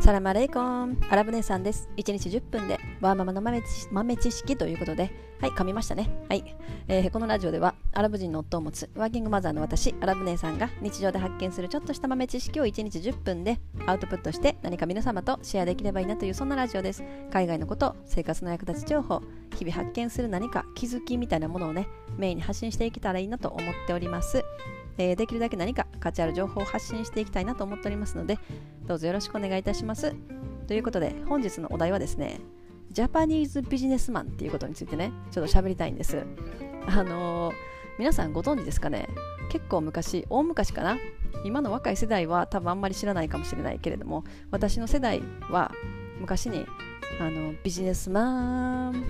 サラマレイコン、アラブ姉さんです。1日10分でワーママの豆知識ということで、はい、噛みましたね。はい、このラジオではアラブ人の夫を持つワーキングマザーの私、アラブ姉さんが日常で発見するちょっとした豆知識を1日10分でアウトプットして何か皆様とシェアできればいいなというそんなラジオです。海外のこと、生活の役立ち情報、日々発見する何か気づきみたいなものをね、メインに発信していけたらいいなと思っております。できるだけ何か価値ある情報を発信していきたいなと思っておりますので、どうぞよろしくお願いいたします。ということで本日のお題はですね、ジャパニーズビジネスマンっていうことについてね、ちょっと喋りたいんです。皆さんご存知ですかね。結構昔、大昔かな、今の若い世代は多分あんまり知らないかもしれないけれども、私の世代は昔にビジネスマン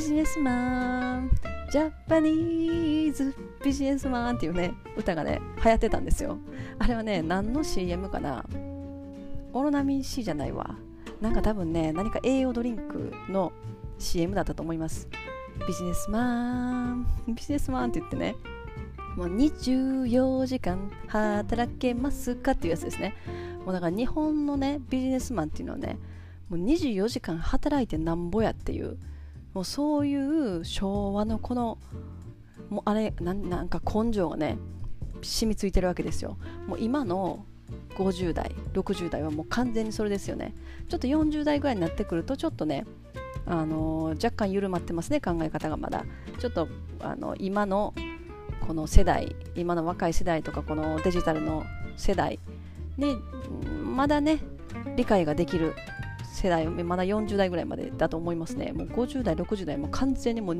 ジャパニーズビジネスマンっていうね歌がね流行ってたんですよ。あれはね何の CM かな、オロナミン C じゃないわ、なんか多分ね何か栄養ドリンクの CM だったと思います。ビジネスマンって言ってね、もう24時間働けますかっていうやつですね。もうだから日本のねビジネスマンっていうのはね、もう24時間働いてなんぼやっていう、もうそういう昭和のこのもうあれなんか根性がね染みついてるわけですよ。もう今の50代60代はもう完全にそれですよね。ちょっと40代ぐらいになってくるとちょっとね、若干緩まってますね、考え方が。まだちょっと今のこの世代、今の若い世代とかこのデジタルの世代にまだね理解ができる世代、まだ40代ぐらいまでだと思いますね。もう50代60代も完全にもう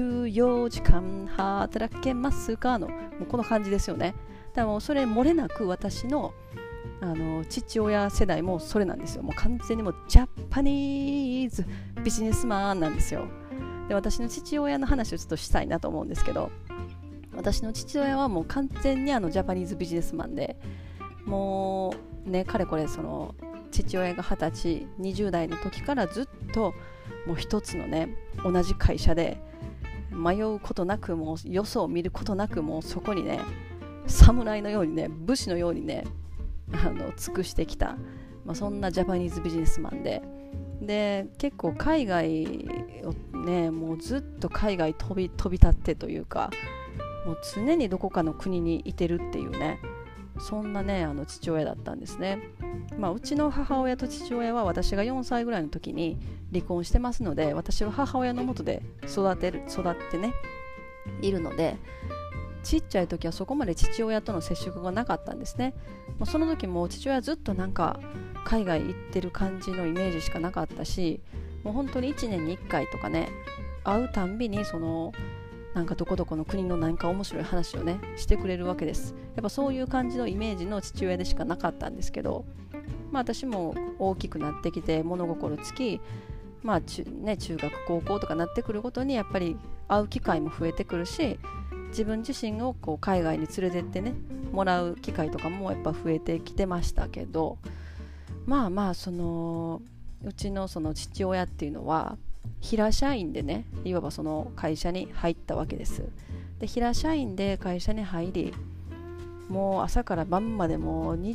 24時間働けますかのもうこの感じですよね。だからもうそれ漏れなく私の父親世代もそれなんですよ。もう完全にもうジャパニーズビジネスマンなんですよ。で、私の父親の話をちょっとしたいなと思うんですけど、私の父親はもう完全にジャパニーズビジネスマンで、もうねかれこれその父親が20歳20代の時からずっともう一つのね同じ会社で迷うことなく、もうよそを見ることなく、もうそこにね侍のようにね武士のようにね尽くしてきた、そんなジャパニーズビジネスマンで結構海外をねもうずっと海外飛び立ってというか、もう常にどこかの国にいてるっていうね、そんなね父親だったんですね。うちの母親と父親は私が4歳ぐらいの時に離婚してますので、私は母親の下で育ってねいるので、ちっちゃい時はそこまで父親との接触がなかったんですね。その時も父親ずっとなんか海外行ってる感じのイメージしかなかったし、もう本当に1年に1回とかね会うたんびにそのなんかどこどこの国の何か面白い話をねしてくれるわけです。やっぱそういう感じのイメージの父親でしかなかったんですけど、私も大きくなってきて物心つき、中学高校とかなってくるごとにやっぱり会う機会も増えてくるし、自分自身をこう海外に連れてってねもらう機会とかもやっぱ増えてきてましたけど、そのうちのその父親っていうのは平社員でね、いわばその会社に入ったわけです。で、平社員で会社に入り、もう朝から晩までもう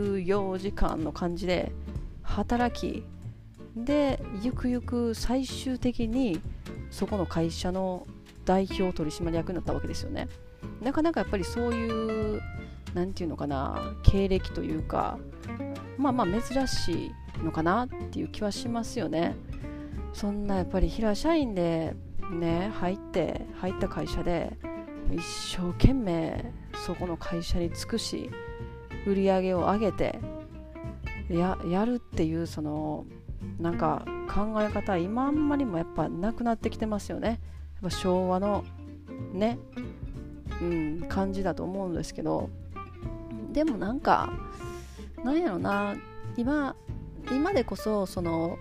24時間の感じで働き、でゆくゆく最終的にそこの会社の代表取締役になったわけですよね。なかなかやっぱりそういうなんていうのかな、経歴というか珍しいのかなっていう気はしますよね。そんなやっぱり平社員でね入った会社で一生懸命そこの会社に尽くし売り上げを上げてやるっていう、そのなんか考え方今あんまりもやっぱなくなってきてますよね。やっぱ昭和のね、感じだと思うんですけど、でもなんやろな、今でこそその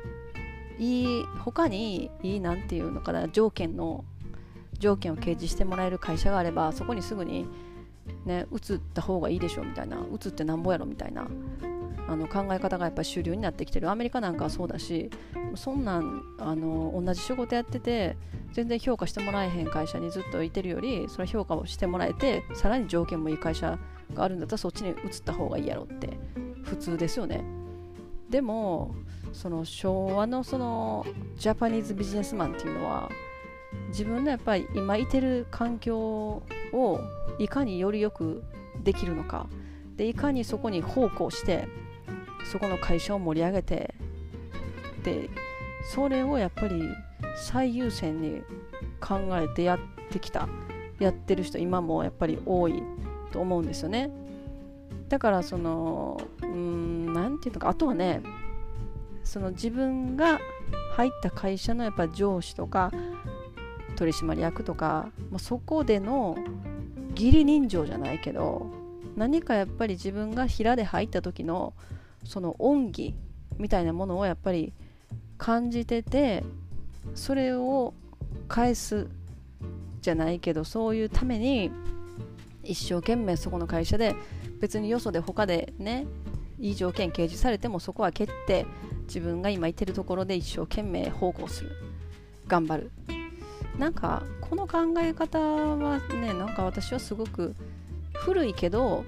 他にいいなんていうのかな、条件を掲示してもらえる会社があれば、そこにすぐにね移った方がいいでしょみたいな、移ってなんぼやろみたいな考え方がやっぱり主流になってきてる。アメリカなんかはそうだし、そんなん同じ仕事やってて全然評価してもらえへん会社にずっといてるより、それ評価をしてもらえてさらに条件もいい会社があるんだったらそっちに移った方がいいやろって普通ですよね。 でもその昭和のそのジャパニーズビジネスマンっていうのは自分のやっぱり今いてる環境をいかによりよくできるのかで、いかにそこに奉公してそこの会社を盛り上げて、でそれをやっぱり最優先に考えてやってる人今もやっぱり多いと思うんですよね。だからそのなんていうのか、あとはね、その自分が入った会社のやっぱ上司とか取締役とか、そこでの義理人情じゃないけど、何かやっぱり自分が平で入った時のその恩義みたいなものをやっぱり感じてて、それを返すじゃないけど、そういうために一生懸命そこの会社で、別によそで他でねいい条件掲示されてもそこは蹴って自分が今いてるところで一生懸命奉公する、頑張る。なんかこの考え方はね、なんか私はすごく古いけど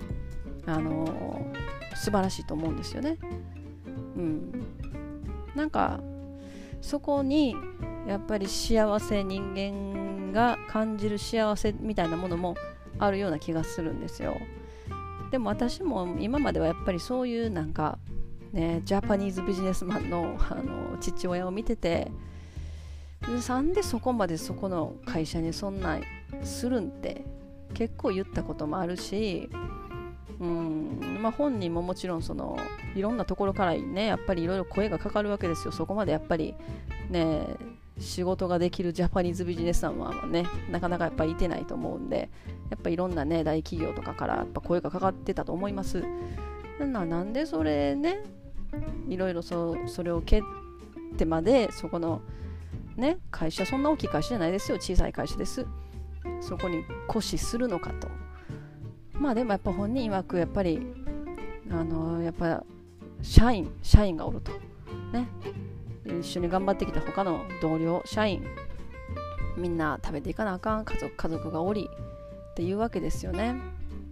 素晴らしいと思うんですよね。なんかそこにやっぱり幸せ、人間が感じる幸せみたいなものもあるような気がするんですよ。でも私も今まではやっぱりそういうなんかね、ジャパニーズビジネスマンの、父親を見てて、なんでそこまでそこの会社にそんなんするんって結構言ったこともあるし、本人ももちろんそのいろんなところからね、やっぱりいろいろ声がかかるわけですよ。そこまでやっぱりね仕事ができるジャパニーズビジネスマンはね、なかなかやっぱりいてないと思うんで、やっぱいろんなね大企業とかからやっぱ声がかかってたと思います。なんでそれね、いろいろそれを蹴ってまでそこのね会社、そんな大きい会社じゃないですよ、小さい会社です。そこに固視するのかと。でもやっぱ本人曰くやっぱりやっぱ社員がおるとね、一緒に頑張ってきた他の同僚社員みんな食べていかなあかん、家族がおりっていうわけですよね。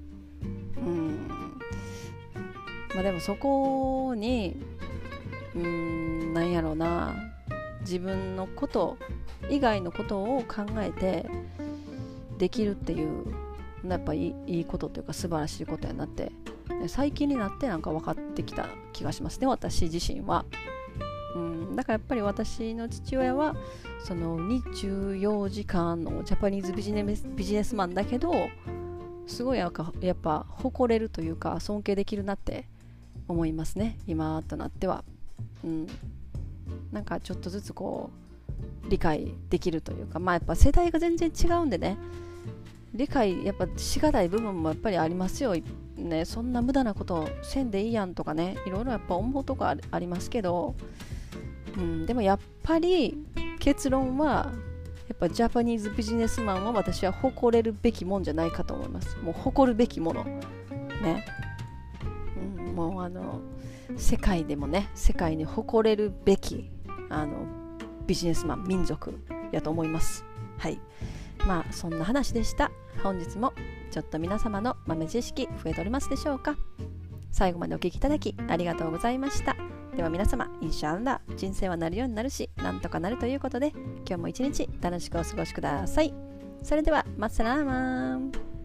でもそこになんやろうな、自分のこと以外のことを考えてできるっていうやっぱいいことというか素晴らしいことやなって、最近になってなんか分かってきた気がしますね、私自身は。だからやっぱり私の父親はその24時間のジャパニーズビジネスマンだけど、すごいやっぱ誇れるというか尊敬できるなって思いますね、今となっては。なんかちょっとずつこう理解できるというか、やっぱ世代が全然違うんでね、理解やっぱしがたい部分もやっぱりありますよね。そんな無駄なことせんでいいやんとかね、いろいろやっぱ思うとこありますけど、でもやっぱり結論はやっぱジャパニーズビジネスマンは私は誇れるべきもんじゃないかと思います。もう誇るべきものね、もう世界でもね、世界に誇れるべきビジネスマン、民族やと思います。はい、そんな話でした。本日もちょっと皆様の豆知識増えておりますでしょうか。最後までお聞きいただきありがとうございました。では皆様、インシャアラ、人生はなるようになるし、なんとかなるということで、今日も一日楽しくお過ごしください。それではマッサラーマン。